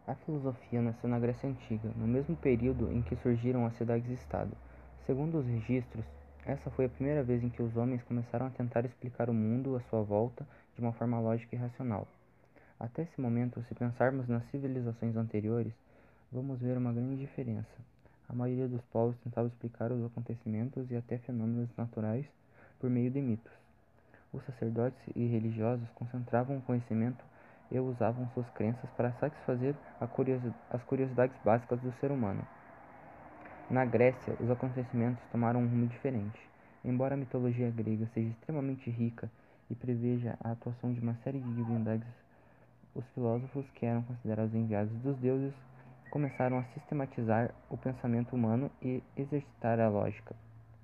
A filosofia nasceu na Grécia Antiga, no mesmo período em que surgiram as cidades-estado. Segundo os registros, essa foi a primeira vez em que os homens começaram a tentar explicar o mundo à sua volta de uma forma lógica e racional. Até esse momento, se pensarmos nas civilizações anteriores, vamos ver uma grande diferença. A maioria dos povos tentava explicar os acontecimentos e até fenômenos naturais por meio de mitos. Os sacerdotes e religiosos concentravam o conhecimento e usavam suas crenças para satisfazer as curiosidades básicas do ser humano. Na Grécia, os acontecimentos tomaram um rumo diferente. Embora a mitologia grega seja extremamente rica e preveja a atuação de uma série de divindades, os filósofos, que eram considerados enviados dos deuses, começaram a sistematizar o pensamento humano e exercitar a lógica.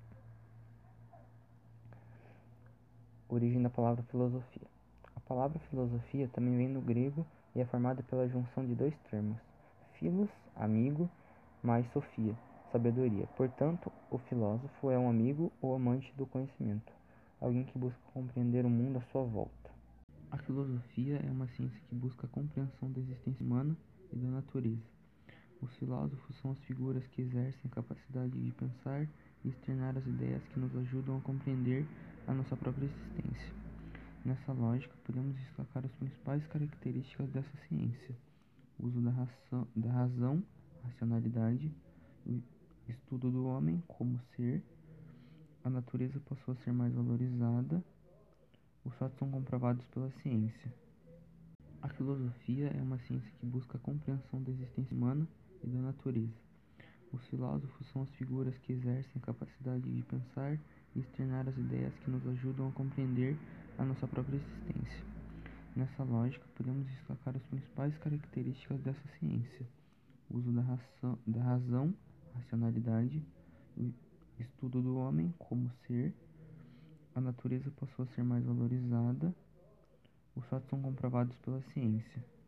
Origem da palavra filosofia. A palavra filosofia também vem do grego e é formada pela junção de dois termos, philos, amigo, mais sofia, sabedoria. Portanto, o filósofo é um amigo ou amante do conhecimento, alguém que busca compreender o mundo à sua volta. A filosofia é uma ciência que busca a compreensão da existência humana e da natureza. Os filósofos são as figuras que exercem a capacidade de pensar e externar as ideias que nos ajudam a compreender a nossa própria existência. Nessa lógica, podemos destacar as principais características dessa ciência: o uso da razão, racionalidade, o estudo do homem como ser, a natureza passou a ser mais valorizada, os fatos são comprovados pela ciência. A filosofia é uma ciência que busca a compreensão da existência humana e da natureza. Os filósofos são as figuras que exercem a capacidade de pensar e externar as ideias que nos ajudam a compreender a nossa própria existência. Nessa lógica, podemos destacar as principais características dessa ciência: o uso da razão, racionalidade, o estudo do homem como ser, a natureza passou a ser mais valorizada, os fatos são comprovados pela ciência.